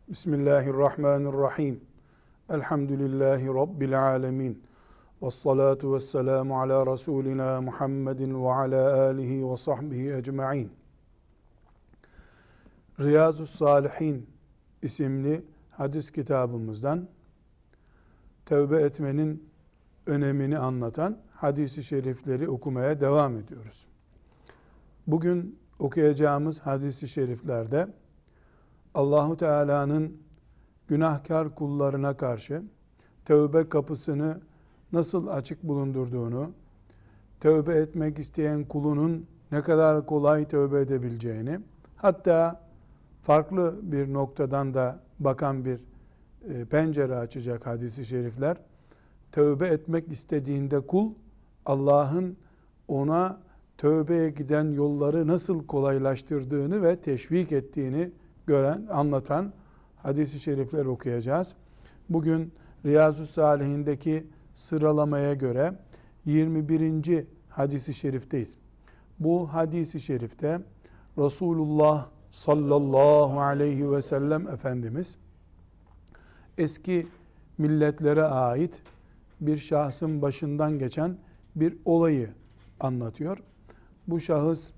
Bismillahirrahmanirrahim. Elhamdülillahi Rabbil alemin. Vessalatu vesselamu ala Resulina Muhammedin ve ala alihi ve sahbihi ecma'in. Riyazu's-Salihin isimli hadis kitabımızdan tevbe etmenin önemini anlatan hadis-i şerifleri okumaya devam ediyoruz. Bugün okuyacağımız hadis-i şeriflerde Allahu Teala'nın günahkar kullarına karşı tövbe kapısını nasıl açık bulundurduğunu, tövbe etmek isteyen kulunun ne kadar kolay tövbe edebileceğini, hatta farklı bir noktadan da bakan bir pencere açacak hadis-i şerifler, tövbe etmek istediğinde kul, Allah'ın ona tövbeye giden yolları nasıl kolaylaştırdığını ve teşvik ettiğini anlatan hadis-i şerifler okuyacağız. Bugün Riyazu's-Salihin'deki sıralamaya göre 21. hadis-i şerifteyiz. Bu hadis-i şerifte Resulullah sallallahu aleyhi ve sellem Efendimiz eski milletlere ait bir şahsın başından geçen bir olayı anlatıyor. Bu şahıs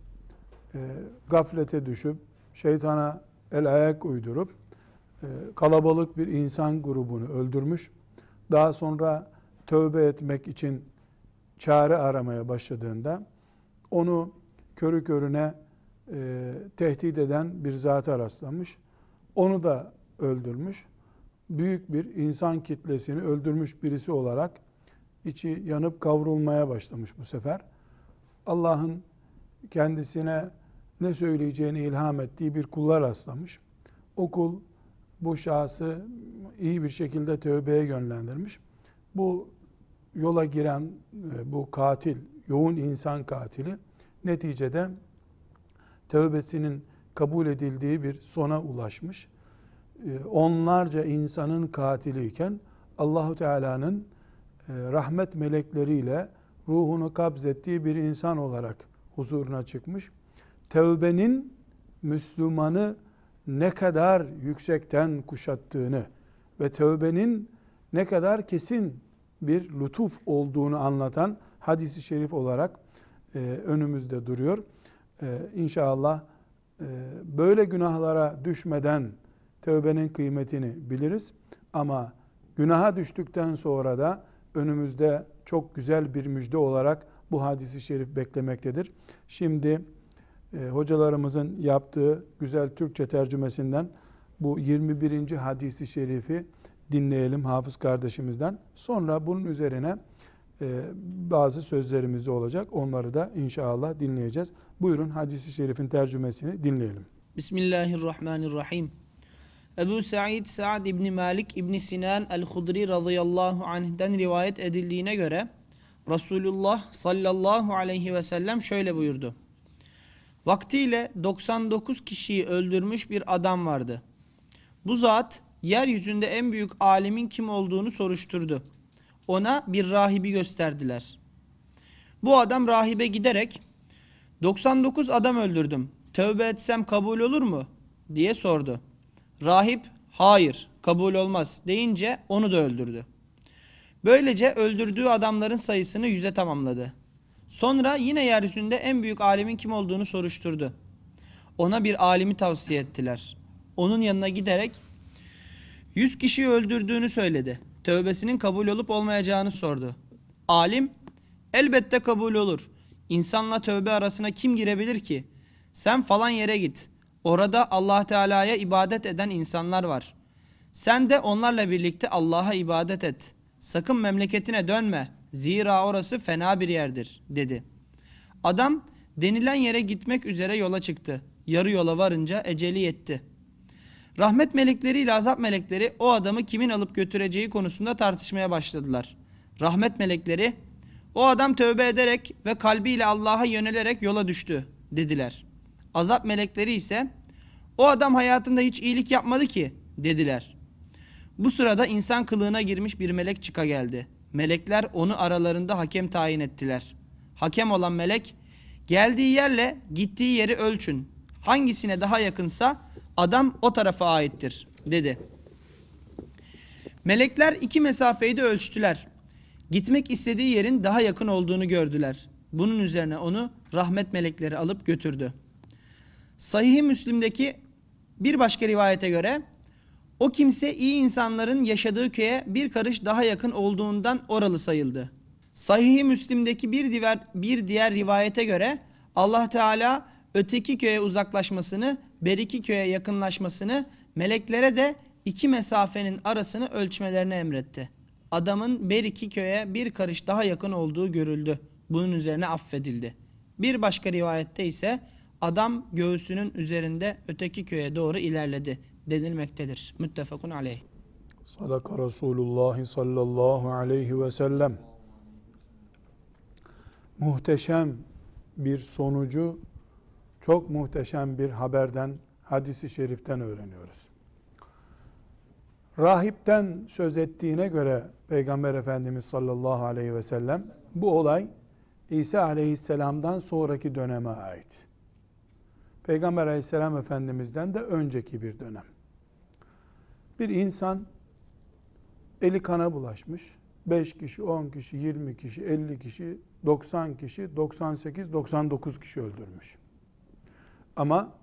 gaflete düşüp şeytana el ayak uydurup kalabalık bir insan grubunu öldürmüş. Daha sonra tövbe etmek için çare aramaya başladığında onu körü körüne tehdit eden bir zata rastlamış. Onu da öldürmüş. Büyük bir insan kitlesini öldürmüş birisi olarak içi yanıp kavrulmaya başlamış bu sefer. Allah'ın kendisine ne söyleyeceğini ilham ettiği bir kula rastlamış. O kul bu şahsı iyi bir şekilde tövbeye yönlendirmiş. Bu yola giren bu katil, yoğun insan katili neticede tövbesinin kabul edildiği bir sona ulaşmış. Onlarca insanın katiliyken Allahu Teala'nın rahmet melekleriyle ruhunu kabzettiği bir insan olarak huzuruna çıkmış. Tevbenin Müslümanı ne kadar yüksekten kuşattığını ve tövbenin ne kadar kesin bir lütuf olduğunu anlatan hadis-i şerif olarak önümüzde duruyor. İnşallah böyle günahlara düşmeden tövbenin kıymetini biliriz. Ama günaha düştükten sonra da önümüzde çok güzel bir müjde olarak bu hadis-i şerif beklemektedir. Şimdi hocalarımızın yaptığı güzel Türkçe tercümesinden bu 21. hadis-i şerifi dinleyelim hafız kardeşimizden. Sonra bunun üzerine bazı sözlerimiz de olacak. Onları da inşallah dinleyeceğiz. Buyurun hadis-i şerifin tercümesini dinleyelim. Bismillahirrahmanirrahim. Ebu Sa'id İbni Malik İbni Sinan el-Hudri radıyallahu anh'den rivayet edildiğine göre Resulullah sallallahu aleyhi ve sellem şöyle buyurdu. Vaktiyle 99 kişiyi öldürmüş bir adam vardı. Bu zat yeryüzünde en büyük alimin kim olduğunu soruşturdu. Ona bir rahibi gösterdiler. Bu adam rahibe giderek 99 adam öldürdüm. Tövbe etsem kabul olur mu? Diye sordu. Rahip hayır kabul olmaz deyince onu da öldürdü. Böylece öldürdüğü adamların sayısını 100'e tamamladı. Sonra yine yeryüzünde en büyük alimin kim olduğunu soruşturdu. Ona bir alimi tavsiye ettiler. Onun yanına giderek 100 kişiyi öldürdüğünü söyledi. Tövbesinin kabul olup olmayacağını sordu. Alim, elbette kabul olur. İnsanla tövbe arasına kim girebilir ki? Sen falan yere git. Orada Allah Teala'ya ibadet eden insanlar var. Sen de onlarla birlikte Allah'a ibadet et. Sakın memleketine dönme. Zira orası fena bir yerdir, dedi. Adam denilen yere gitmek üzere yola çıktı. Yarı yola varınca eceli yetti. Rahmet melekleri ile azap melekleri o adamı kimin alıp götüreceği konusunda tartışmaya başladılar. Rahmet melekleri, o adam tövbe ederek ve kalbiyle Allah'a yönelerek yola düştü, dediler. Azap melekleri ise, o adam hayatında hiç iyilik yapmadı ki, dediler. Bu sırada insan kılığına girmiş bir melek çıka geldi. Melekler onu aralarında hakem tayin ettiler. Hakem olan melek, geldiği yerle gittiği yeri ölçün. Hangisine daha yakınsa adam o tarafa aittir, dedi. Melekler 2 mesafeyi de ölçtüler. Gitmek istediği yerin daha yakın olduğunu gördüler. Bunun üzerine onu rahmet melekleri alıp götürdü. Sahih-i Müslim'deki bir başka rivayete göre o kimse iyi insanların yaşadığı köye bir karış daha yakın olduğundan oralı sayıldı. Sahih-i Müslim'deki bir diğer rivayete göre Allah Teala öteki köye uzaklaşmasını, beriki köye yakınlaşmasını, meleklere de 2 mesafenin arasını ölçmelerini emretti. Adamın beriki köye bir karış daha yakın olduğu görüldü. Bunun üzerine affedildi. Bir başka rivayette ise adam göğsünün üzerinde öteki köye doğru ilerledi denilmektedir. Müttefakun aleyh. Sadaka Resulullah sallallahu aleyhi ve sellem. Muhteşem bir sonucu çok muhteşem bir haberden, hadisi şeriften öğreniyoruz. Rahipten söz ettiğine göre Peygamber Efendimiz sallallahu aleyhi ve sellem bu olay İsa aleyhisselamdan sonraki döneme ait. Peygamber aleyhisselam Efendimiz'den de önceki bir dönem. Bir insan eli kana bulaşmış. 5 kişi, 10 kişi, 20 kişi, 50 kişi, 90 kişi, 98, 99 kişi öldürmüş. Ama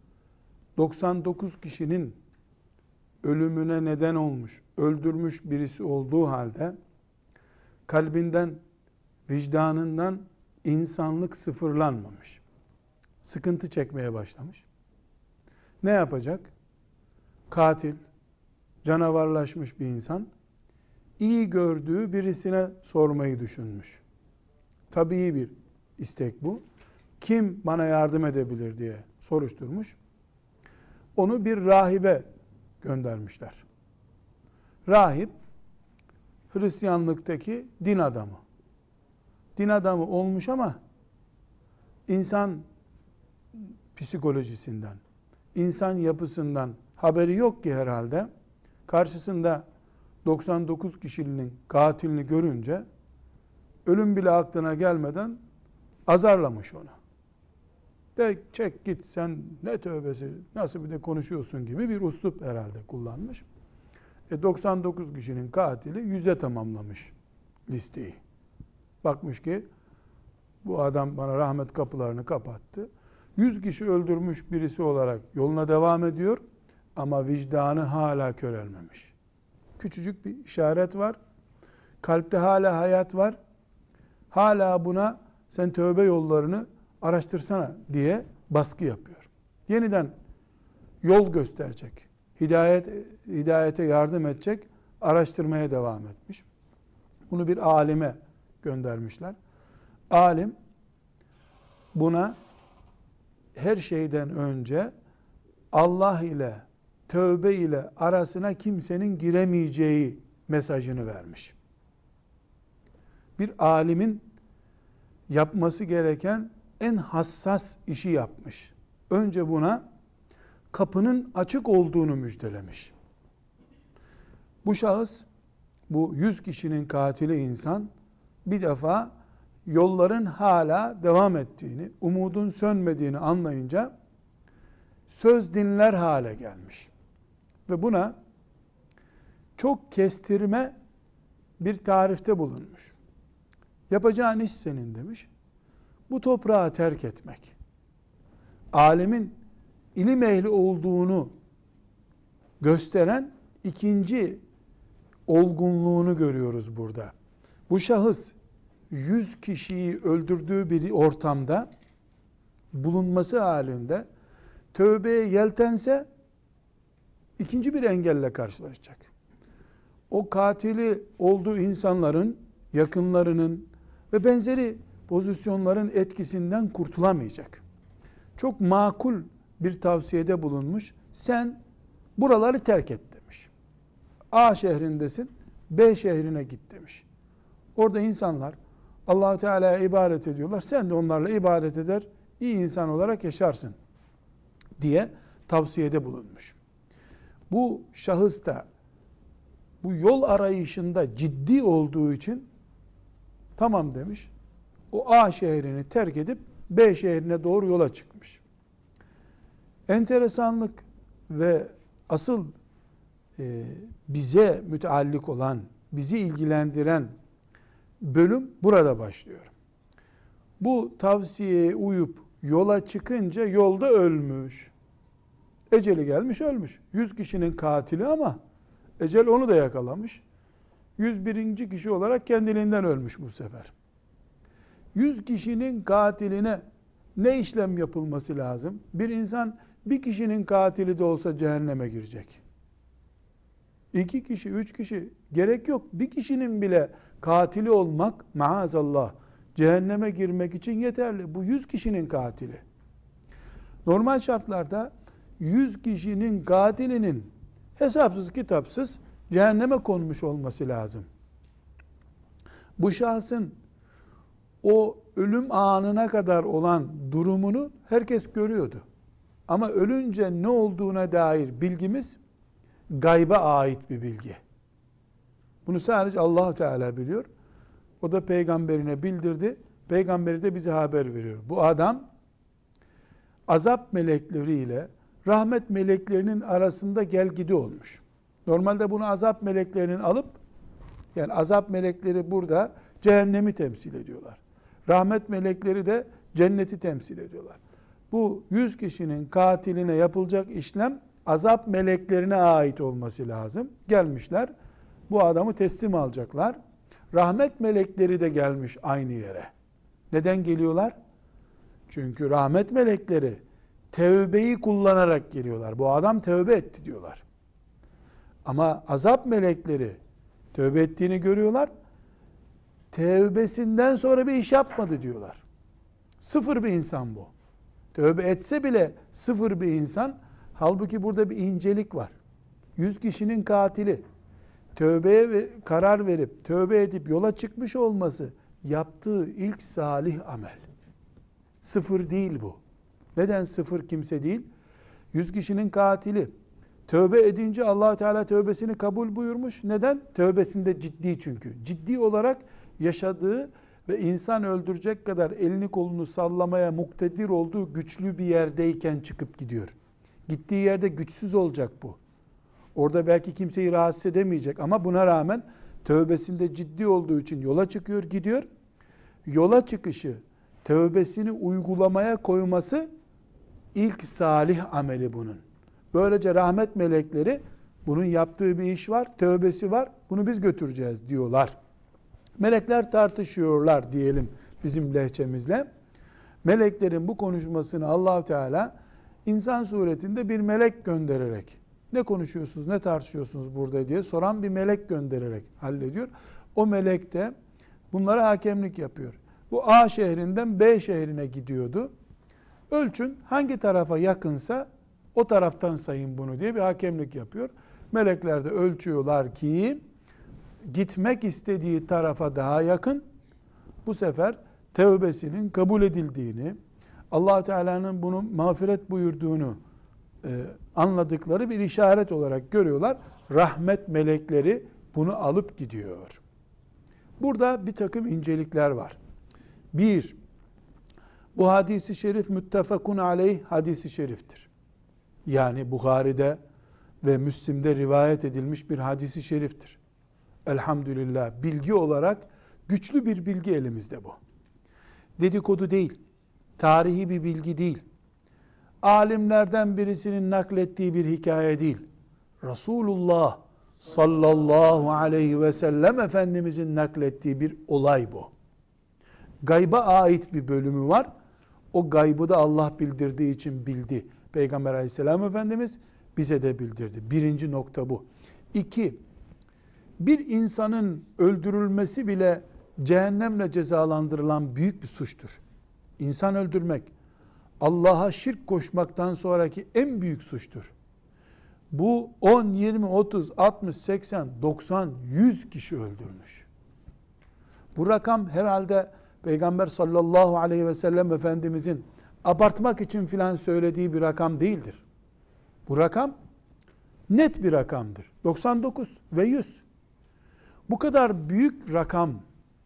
99 kişinin ölümüne neden olmuş, öldürmüş birisi olduğu halde kalbinden, vicdanından insanlık sıfırlanmamış. Sıkıntı çekmeye başlamış. Ne yapacak? Katil, canavarlaşmış bir insan iyi gördüğü birisine sormayı düşünmüş. Tabii bir istek bu. Kim bana yardım edebilir diye soruşturmuş. Onu bir rahibe göndermişler. Rahip, Hristiyanlıktaki din adamı. Din adamı olmuş ama insan psikolojisinden, insan yapısından haberi yok ki herhalde. Karşısında 99 kişinin katilini görünce ölüm bile aklına gelmeden azarlamış onu. De çek git sen ne tövbesi nasıl bir de konuşuyorsun gibi bir üslup herhalde kullanmış. 99 kişinin katili 100'e tamamlamış listeyi. Bakmış ki bu adam bana rahmet kapılarını kapattı. 100 kişi öldürmüş birisi olarak yoluna devam ediyor ama vicdanı hala körelmemiş. Küçücük bir işaret var. Kalpte hala hayat var. Hala buna sen tövbe yollarını araştırsana diye baskı yapıyor. Yeniden yol gösterecek. Hidayete yardım edecek. Araştırmaya devam etmiş. Bunu bir alime göndermişler. Alim buna her şeyden önce Allah ile tövbe ile arasına kimsenin giremeyeceği mesajını vermiş. Bir alimin yapması gereken en hassas işi yapmış. Önce buna kapının açık olduğunu müjdelemiş. Bu şahıs, bu 100 kişinin katili insan bir defa yolların hala devam ettiğini, umudun sönmediğini anlayınca söz dinler hale gelmiş. Ve buna çok kestirme bir tarifte bulunmuş. Yapacağın iş senin demiş. Bu toprağı terk etmek. Alimin ilim ehli olduğunu gösteren ikinci olgunluğunu görüyoruz burada. Bu şahıs 100 kişiyi öldürdüğü bir ortamda bulunması halinde tövbeye yeltense ikinci bir engelle karşılaşacak. O katili olduğu insanların, yakınlarının ve benzeri pozisyonların etkisinden kurtulamayacak. Çok makul bir tavsiyede bulunmuş. Sen buraları terk et demiş. A şehrindesin, B şehrine git demiş. Orada insanlar Allah-u Teala'ya ibadet ediyorlar. Sen de onlarla ibadet eder, iyi insan olarak yaşarsın diye tavsiyede bulunmuş. Bu şahıs da bu yol arayışında ciddi olduğu için tamam demiş. O A şehrini terk edip B şehrine doğru yola çıkmış. Enteresanlık ve asıl bize müteallik olan, bizi ilgilendiren bölüm burada başlıyor. Bu tavsiyeye uyup yola çıkınca yolda ölmüş. Eceli gelmiş ölmüş. 100 kişinin katili ama ecel onu da yakalamış. 101. kişi olarak kendiliğinden ölmüş bu sefer. 100 kişinin katiline ne işlem yapılması lazım? Bir insan bir kişinin katili de olsa cehenneme girecek. 2 kişi, 3 kişi gerek yok. Bir kişinin bile katili olmak maazallah cehenneme girmek için yeterli. Bu 100 kişinin katili. Normal şartlarda 100 kişinin katilinin hesapsız kitapsız cehenneme konmuş olması lazım. Bu şahsın o ölüm anına kadar olan durumunu herkes görüyordu. Ama ölünce ne olduğuna dair bilgimiz gayba ait bir bilgi. Bunu sadece Allah Teala biliyor. O da peygamberine bildirdi. Peygamberi de bize haber veriyor. Bu adam azap melekleriyle rahmet meleklerinin arasında gelgidi olmuş. Normalde bunu azap meleklerinin alıp, yani azap melekleri burada cehennemi temsil ediyorlar. Rahmet melekleri de cenneti temsil ediyorlar. Bu 100 kişinin katiline yapılacak işlem azap meleklerine ait olması lazım. Gelmişler, bu adamı teslim alacaklar. Rahmet melekleri de gelmiş aynı yere. Neden geliyorlar? Çünkü rahmet melekleri tevbeyi kullanarak geliyorlar. Bu adam tövbe etti diyorlar. Ama azap melekleri tövbe ettiğini görüyorlar. Tevbesinden sonra bir iş yapmadı diyorlar. Sıfır bir insan bu. Tövbe etse bile sıfır bir insan. Halbuki burada bir incelik var. 100 kişinin katili tövbeye karar verip tövbe edip yola çıkmış olması yaptığı ilk salih amel. Sıfır değil bu. Neden sıfır kimse değil? 100 kişinin katili tövbe edince Allah Teala tövbesini kabul buyurmuş. Neden? Tövbesinde ciddi çünkü. Ciddi olarak yaşadığı ve insan öldürecek kadar elini kolunu sallamaya muktedir olduğu güçlü bir yerdeyken çıkıp gidiyor. Gittiği yerde güçsüz olacak bu. Orada belki kimseyi rahatsız edemeyecek ama buna rağmen tövbesinde ciddi olduğu için yola çıkıyor, gidiyor. Yola çıkışı, tövbesini uygulamaya koyması ilk salih ameli bunun. Böylece rahmet melekleri bunun yaptığı bir iş var, tövbesi var, bunu biz götüreceğiz diyorlar. Melekler tartışıyorlar diyelim bizim lehçemizle. Meleklerin bu konuşmasını Allah Teala insan suretinde bir melek göndererek, ne konuşuyorsunuz, ne tartışıyorsunuz burada diye soran bir melek göndererek hallediyor. O melek de bunlara hakemlik yapıyor. Bu A şehrinden B şehrine gidiyordu. Ölçün, hangi tarafa yakınsa o taraftan sayın bunu diye bir hakemlik yapıyor. Melekler de ölçüyorlar ki gitmek istediği tarafa daha yakın. Bu sefer tevbesinin kabul edildiğini, Allah Teala'nın bunu mağfiret buyurduğunu anladıkları bir işaret olarak görüyorlar. Rahmet melekleri bunu alıp gidiyor. Burada bir takım incelikler var. Bir, bu hadisi şerif müttefakun aleyh hadisi şeriftir. Yani Buhari'de ve Müslim'de rivayet edilmiş bir hadisi şeriftir. Elhamdülillah, bilgi olarak güçlü bir bilgi elimizde bu. Dedikodu değil, tarihi bir bilgi değil, alimlerden birisinin naklettiği bir hikaye değil. Resulullah sallallahu aleyhi ve sellem Efendimizin naklettiği bir olay bu. Gayba ait bir bölümü var. O gaybı da Allah bildirdiği için bildi. Peygamber aleyhisselam Efendimiz bize de bildirdi. Birinci nokta bu. İki, bir insanın öldürülmesi bile cehennemle cezalandırılan büyük bir suçtur. İnsan öldürmek, Allah'a şirk koşmaktan sonraki en büyük suçtur. Bu 10, 20, 30, 60, 80, 90, 100 kişi öldürmüş. Bu rakam herhalde Peygamber sallallahu aleyhi ve sellem Efendimizin abartmak için filan söylediği bir rakam değildir. Bu rakam net bir rakamdır. 99 ve 100. Bu kadar büyük rakam,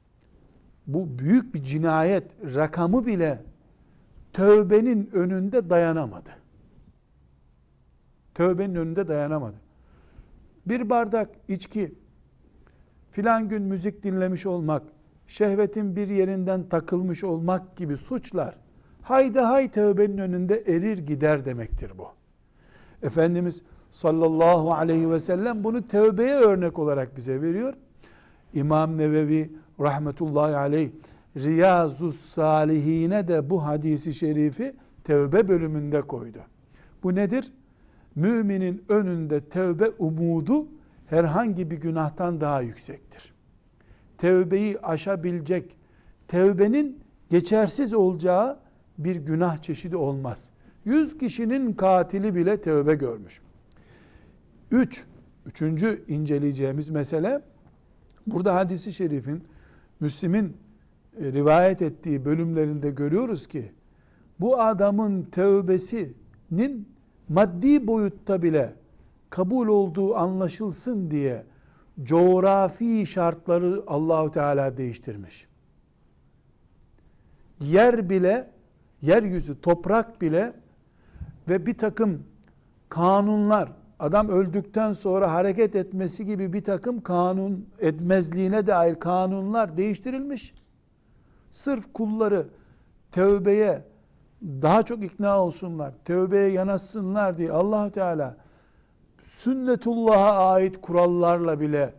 bu büyük bir cinayet rakamı bile tövbenin önünde dayanamadı. Tövbenin önünde dayanamadı. bir bardak içki, filan gün müzik dinlemiş olmak, şehvetin bir yerinden takılmış olmak gibi suçlar, hayda hay tövbenin önünde erir gider demektir bu. Efendimiz sallallahu aleyhi ve sellem bunu tövbeye örnek olarak bize veriyor. İmam Nevevi rahmetullahi aleyh Riyazus Salihine de bu hadisi şerifi tevbe bölümünde koydu. Bu nedir? Müminin önünde tevbe umudu herhangi bir günahtan daha yüksektir. Tevbeyi aşabilecek, tevbenin geçersiz olacağı bir günah çeşidi olmaz. 100 kişinin katili bile tevbe görmüş. Üçüncü inceleyeceğimiz mesele, burada hadisi şerifin, Müslim'in rivayet ettiği bölümlerinde görüyoruz ki, bu adamın tevbesinin maddi boyutta bile kabul olduğu anlaşılsın diye coğrafi şartları Allahu Teala değiştirmiş. Yer bile, yeryüzü, toprak bile ve bir takım kanunlar, adam öldükten sonra hareket etmesi gibi bir takım kanun etmezliğine dair kanunlar değiştirilmiş. Sırf kulları tövbeye daha çok ikna olsunlar, tövbeye yanaşsınlar diye Allah Teala sünnetullah'a ait kurallarla bile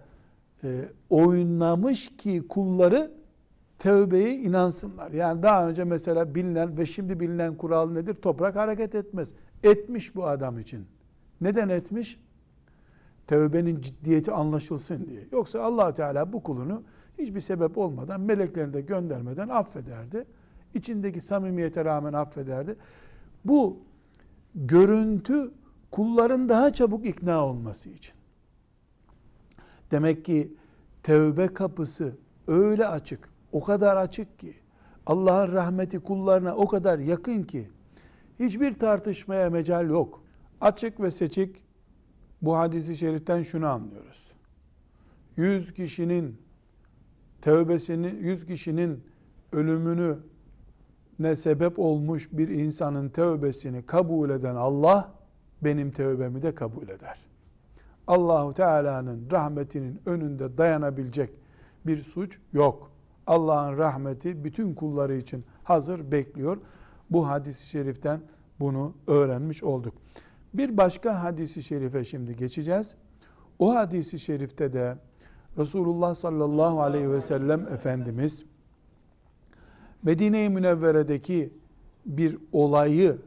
oynamış ki kulları tövbeye inansınlar. Yani daha önce mesela bilinen ve şimdi bilinen kural nedir? Toprak hareket etmez. Etmiş bu adam için. Neden etmiş? Tövbenin ciddiyeti anlaşılsın diye. Yoksa Allah Teala bu kulunu hiçbir sebep olmadan, meleklerini de göndermeden affederdi. İçindeki samimiyete rağmen affederdi. Bu görüntü kulların daha çabuk ikna olması için. Demek ki tövbe kapısı öyle açık, o kadar açık ki, Allah'ın rahmeti kullarına o kadar yakın ki, hiçbir tartışmaya mecal yok. Açık ve seçik bu hadisi şeriften şunu anlıyoruz. 100 kişinin tövbesini, 100 kişinin ölümünü ne sebep olmuş bir insanın tövbesini kabul eden Allah, benim tövbemi de kabul eder. Allahu Teala'nın rahmetinin önünde dayanabilecek bir suç yok. Allah'ın rahmeti bütün kulları için hazır bekliyor. Bu hadis-i şeriften bunu öğrenmiş olduk. Bir başka hadis-i şerife şimdi geçeceğiz. O hadis-i şerifte de Resulullah sallallahu aleyhi ve sellem Efendimiz Medine-i Münevvere'deki bir olayı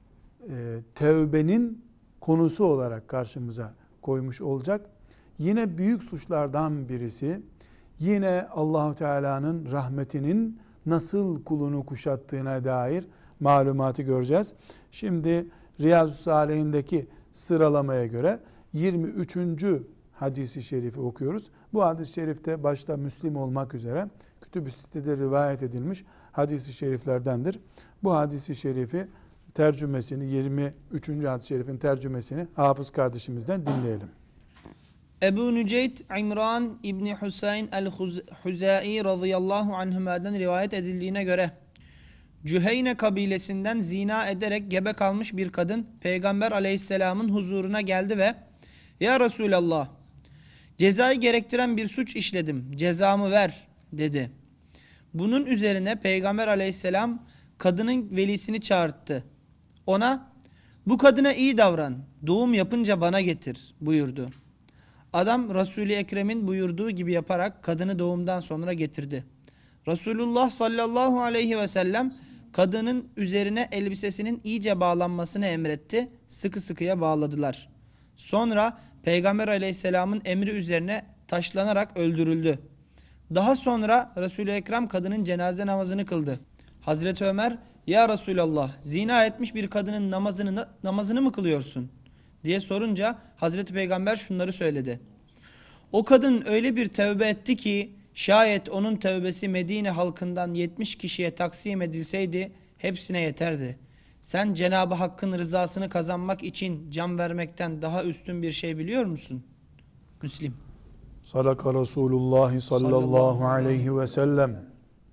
tevbenin konusu olarak karşımıza koymuş olacak. Yine büyük suçlardan birisi, yine Allahu Teala'nın rahmetinin nasıl kulunu kuşattığına dair malumatı göreceğiz. Şimdi Riyazu Salihindeki sıralamaya göre 23. hadisi şerifi okuyoruz. Bu hadis-i şerifte başta Müslim olmak üzere Kütüb-ü Sitte'de rivayet edilmiş hadis-i şeriflerdendir. Bu hadis-i şerifi tercümesini, 23. hadis-i şerifin tercümesini Hafız kardeşimizden dinleyelim. Ebu Nüceyt İmran İbni Hüseyin el-Huzai radıyallahu anhüma'dan rivayet edildiğine göre Cüheyne kabilesinden zina ederek gebe kalmış bir kadın Peygamber aleyhisselamın huzuruna geldi ve "Ya Resulallah, cezayı gerektiren bir suç işledim, cezamı ver" dedi. Bunun üzerine Peygamber aleyhisselam kadının velisini çağırttı. Ona "Bu kadına iyi davran, doğum yapınca bana getir" buyurdu. Adam Resul-i Ekrem'in buyurduğu gibi yaparak kadını doğumdan sonra getirdi. Resulullah sallallahu aleyhi ve sellem kadının üzerine elbisesinin iyice bağlanmasını emretti. Sıkı sıkıya bağladılar. Sonra Peygamber aleyhisselamın emri üzerine taşlanarak öldürüldü. Daha sonra Resul-i Ekrem kadının cenaze namazını kıldı. Hazreti Ömer, "Ya Resulallah, zina etmiş bir kadının namazını mı kılıyorsun?" diye sorunca Hazreti Peygamber şunları söyledi. "O kadın öyle bir tövbe etti ki şayet onun tövbesi Medine halkından 70 kişiye taksim edilseydi hepsine yeterdi. Sen Cenab-ı Hakk'ın rızasını kazanmak için can vermekten daha üstün bir şey biliyor musun?" Müslim. Sadaka Resulullah sallallahu aleyhi ve sellem.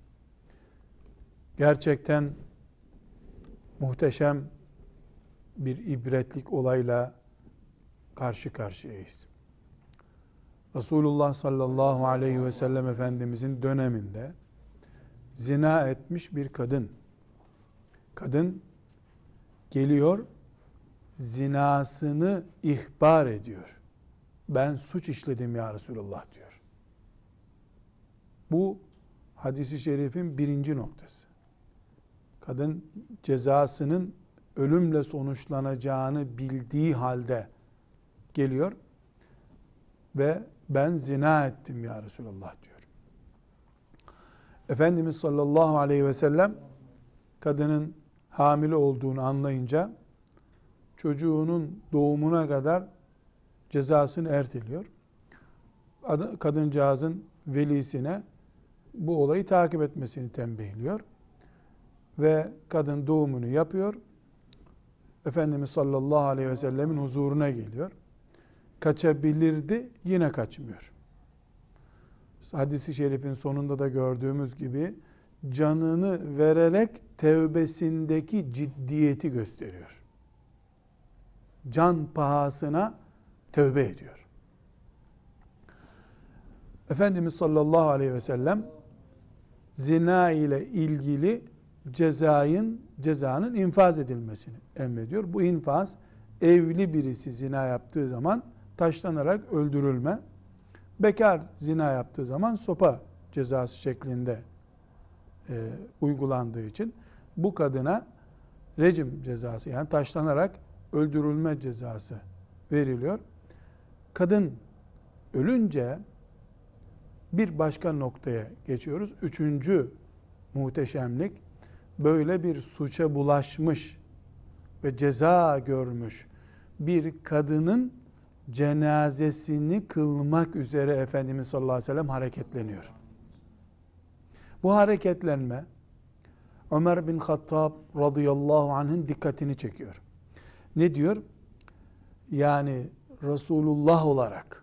Gerçekten muhteşem bir ibretlik olayla karşı karşıyayız. Resulullah sallallahu aleyhi ve sellem Efendimizin döneminde zina etmiş bir kadın. Kadın geliyor, zinasını ihbar ediyor. Ben suç işledim ya Resulullah diyor. Bu hadis-i şerifin birinci noktası. Kadın cezasının ölümle sonuçlanacağını bildiği halde geliyor ve ben zina ettim ya Resulullah diyor. Efendimiz sallallahu aleyhi ve sellem kadının hamile olduğunu anlayınca çocuğunun doğumuna kadar cezasını erteliyor. Kadıncağızın velisine bu olayı takip etmesini tembihliyor. Ve kadın doğumunu yapıyor. Efendimiz sallallahu aleyhi ve sellemin huzuruna geliyor. Kaçabilirdi, yine kaçmıyor. Hadis-i şerifin sonunda da gördüğümüz gibi canını vererek tevbesindeki ciddiyeti gösteriyor. Can pahasına tövbe ediyor. Efendimiz sallallahu aleyhi ve sellem zina ile ilgili cezanın infaz edilmesini emrediyor. Bu infaz evli birisi zina yaptığı zaman taşlanarak öldürülme, bekar zina yaptığı zaman sopa cezası şeklinde uygulandığı için bu kadına rejim cezası, yani taşlanarak öldürülme cezası veriliyor. Kadın ölünce bir başka noktaya geçiyoruz. Üçüncü muhteşemlik, böyle bir suça bulaşmış ve ceza görmüş bir kadının cenazesini kılmak üzere Efendimiz sallallahu aleyhi ve sellem hareketleniyor. Bu hareketlenme Ömer bin Hattab radıyallahu anh'ın dikkatini çekiyor. Ne diyor? Yani Resulullah olarak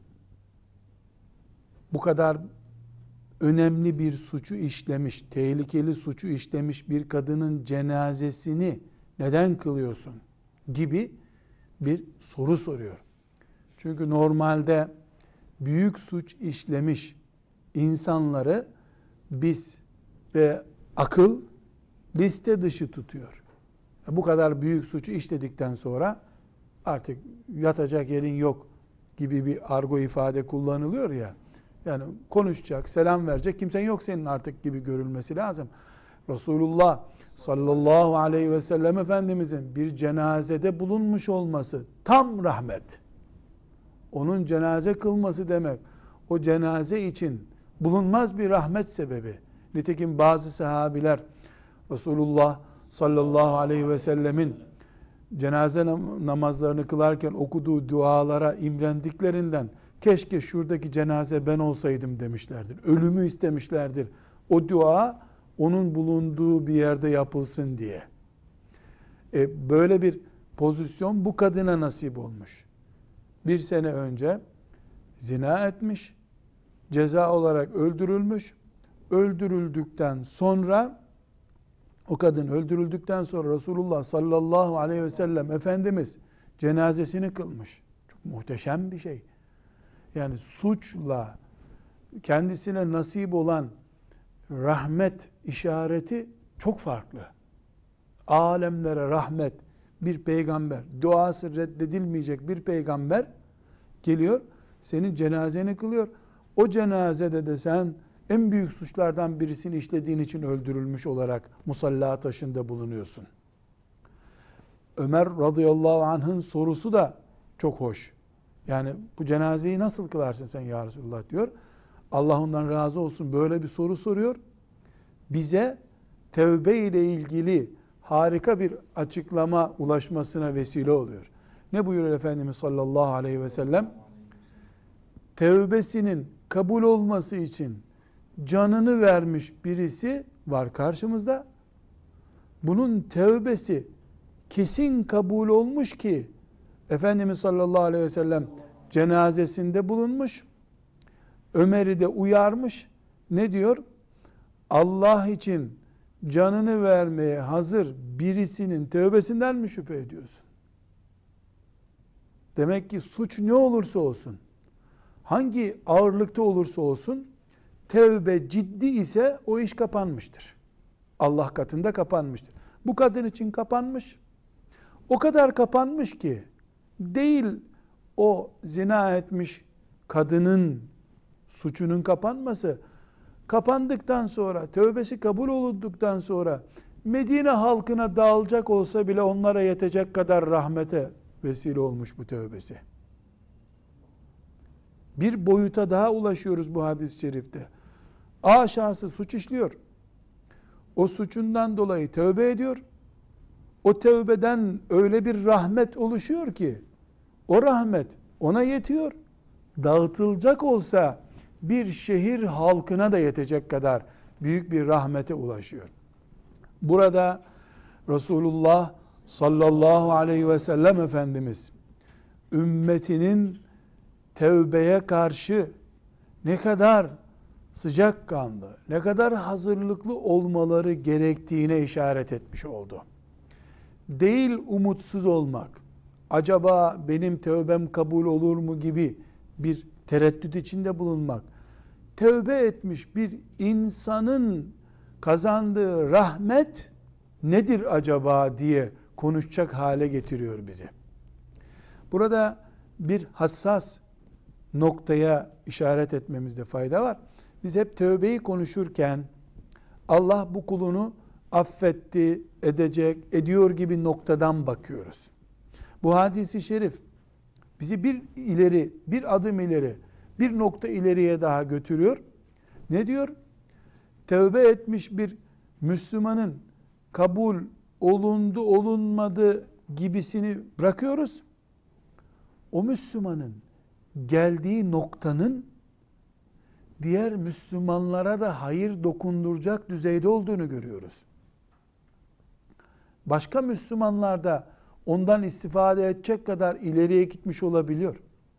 bu kadar önemli bir suçu işlemiş, tehlikeli suçu işlemiş bir kadının cenazesini neden kılıyorsun gibi bir soru soruyor. Çünkü normalde büyük suç işlemiş insanları biz ve akıl liste dışı tutuyor. Bu kadar büyük suçu işledikten sonra artık yatacak yerin yok gibi bir argo ifade kullanılıyor ya. Yani konuşacak, selam verecek kimsen yok senin artık gibi görülmesi lazım. Resulullah sallallahu aleyhi ve sellem Efendimizin bir cenazede bulunmuş olması tam rahmet. Onun cenaze kılması demek, o cenaze için bulunmaz bir rahmet sebebi. Nitekim bazı sahabiler Resulullah sallallahu aleyhi ve sellemin cenaze namazlarını kılarken okuduğu dualara imrendiklerinden keşke şuradaki cenaze ben olsaydım demişlerdir. Ölümü istemişlerdir. O dua onun bulunduğu bir yerde yapılsın diye. Böyle bir pozisyon bu kadına nasip olmuş. Bir sene önce zina etmiş, ceza olarak öldürülmüş. Öldürüldükten sonra, o kadın öldürüldükten sonra Resulullah sallallahu aleyhi ve sellem Efendimiz cenazesini kılmış. Çok muhteşem bir şey. Yani suçla kendisine nasip olan rahmet işareti çok farklı. Alemlere rahmet bir peygamber, duası reddedilmeyecek bir peygamber geliyor, senin cenazeni kılıyor. O cenazede de sen en büyük suçlardan birisini işlediğin için öldürülmüş olarak musalla taşında bulunuyorsun. Ömer radıyallahu anh'ın sorusu da çok hoş. Yani bu cenazeyi nasıl kılarsın sen ya Resulullah diyor. Allah ondan razı olsun, böyle bir soru soruyor. Bize tevbe ile ilgili harika bir açıklama ulaşmasına vesile oluyor. Ne buyuruyor Efendimiz sallallahu aleyhi ve sellem? Tevbesinin kabul olması için canını vermiş birisi var karşımızda. Bunun tevbesi kesin kabul olmuş ki Efendimiz sallallahu aleyhi ve sellem cenazesinde bulunmuş. Ömer'i de uyarmış. Ne diyor? Allah için canını vermeye hazır birisinin tövbesinden mi şüphe ediyorsun? Demek ki suç ne olursa olsun hangi ağırlıkta olursa olsun tevbe ciddi ise o iş kapanmıştır. Allah katında kapanmıştır. Bu kadın için kapanmış. O kadar kapanmış ki değil o zina etmiş kadının suçunun kapanması, kapandıktan sonra, tövbesi kabul olunduktan sonra Medine halkına dağılacak olsa bile onlara yetecek kadar rahmete vesile olmuş bu tövbesi. Bir boyuta daha ulaşıyoruz bu hadis-i şerifte. A şahsı suç işliyor. O suçundan dolayı tövbe ediyor. O tövbeden öyle bir rahmet oluşuyor ki o rahmet ona yetiyor. Dağıtılacak olsa bir şehir halkına da yetecek kadar büyük bir rahmete ulaşıyor. Burada Resulullah sallallahu aleyhi ve sellem Efendimiz ümmetinin tevbeye karşı ne kadar sıcakkanlı, ne kadar hazırlıklı olmaları gerektiğine işaret etmiş oldu. Değil umutsuz olmak, acaba benim tövbem kabul olur mu gibi bir tereddüt içinde bulunmak, tövbe etmiş bir insanın kazandığı rahmet nedir acaba diye konuşacak hale getiriyor bizi. Burada bir hassas noktaya işaret etmemizde fayda var. Biz hep tövbeyi konuşurken Allah bu kulunu affetti, edecek, ediyor gibi noktadan bakıyoruz. Bu hadis-i şerif bizi bir ileri, bir adım ileri, bir nokta ileriye daha götürüyor. Ne diyor? Tövbe etmiş bir Müslümanın kabul olundu olunmadı gibisini bırakıyoruz. O Müslümanın geldiği noktanın diğer Müslümanlara da hayır dokunduracak düzeyde olduğunu görüyoruz. Başka Müslümanlar da ondan istifade edecek kadar ileriye gitmiş olabiliyor.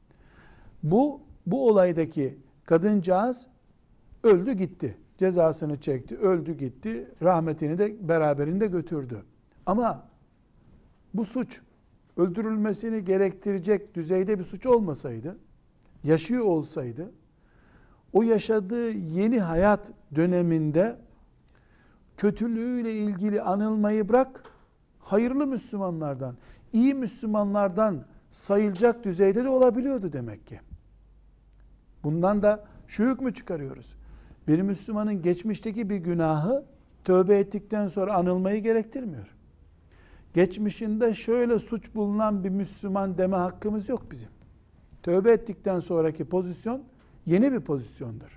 Bu olaydaki kadıncağız öldü gitti. Cezasını çekti, öldü gitti. Rahmetini de beraberinde götürdü. Ama bu suç öldürülmesini gerektirecek düzeyde bir suç olmasaydı, yaşıyor olsaydı, o yaşadığı yeni hayat döneminde kötülüğüyle ilgili anılmayı bırak, hayırlı Müslümanlardan, iyi Müslümanlardan sayılacak düzeyde de olabiliyordu demek ki. Bundan da şu hükmü çıkarıyoruz. Bir Müslümanın geçmişteki bir günahı tövbe ettikten sonra anılmayı gerektirmiyor. Geçmişinde şöyle suç bulunan bir Müslüman deme hakkımız yok bizim. Tövbe ettikten sonraki pozisyon yeni bir pozisyondur.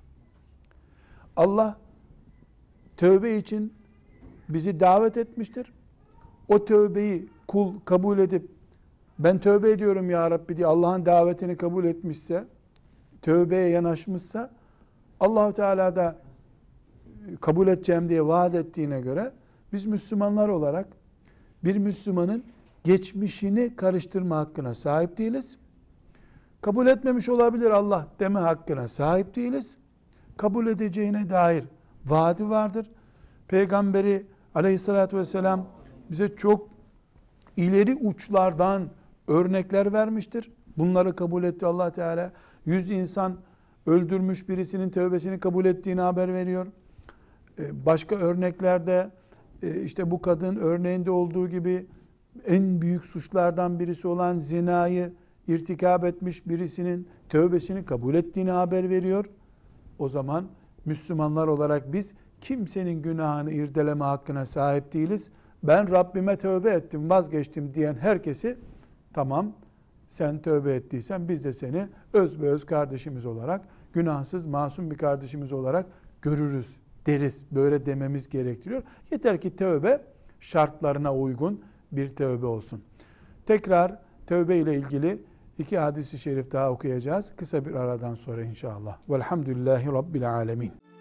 Allah tövbe için bizi davet etmiştir. O tövbeyi kul kabul edip ben tövbe ediyorum ya Rabbi diye Allah'ın davetini kabul etmişse, tövbeye yanaşmışsa Allah-u Teala da kabul edeceğim diye vaat ettiğine göre biz Müslümanlar olarak bir Müslümanın geçmişini karıştırma hakkına sahip değiliz. Kabul etmemiş olabilir Allah deme hakkına sahip değiliz. Kabul edeceğine dair vaadi vardır. Peygamberi aleyhissalatü vesselam bize çok ileri uçlardan örnekler vermiştir. Bunları kabul etti Allah Teala. 100 insan öldürmüş birisinin tövbesini kabul ettiğini haber veriyor. Başka örneklerde işte bu kadın örneğinde olduğu gibi en büyük suçlardan birisi olan zinayı irtikab etmiş birisinin tövbesini kabul ettiğini haber veriyor. O zaman Müslümanlar olarak biz kimsenin günahını irdeleme hakkına sahip değiliz. Ben Rabbime tövbe ettim, vazgeçtim diyen herkesi tamam sen tövbe ettiysen biz de seni özbeöz kardeşimiz olarak, günahsız, masum bir kardeşimiz olarak görürüz deriz. Böyle dememiz gerektiriyor. Yeter ki tövbe şartlarına uygun bir tövbe olsun. Tekrar tövbe ile ilgili 2 hadis-i şerif daha okuyacağız. Kısa bir aradan sonra inşallah. Velhamdülillahi Rabbil alemin.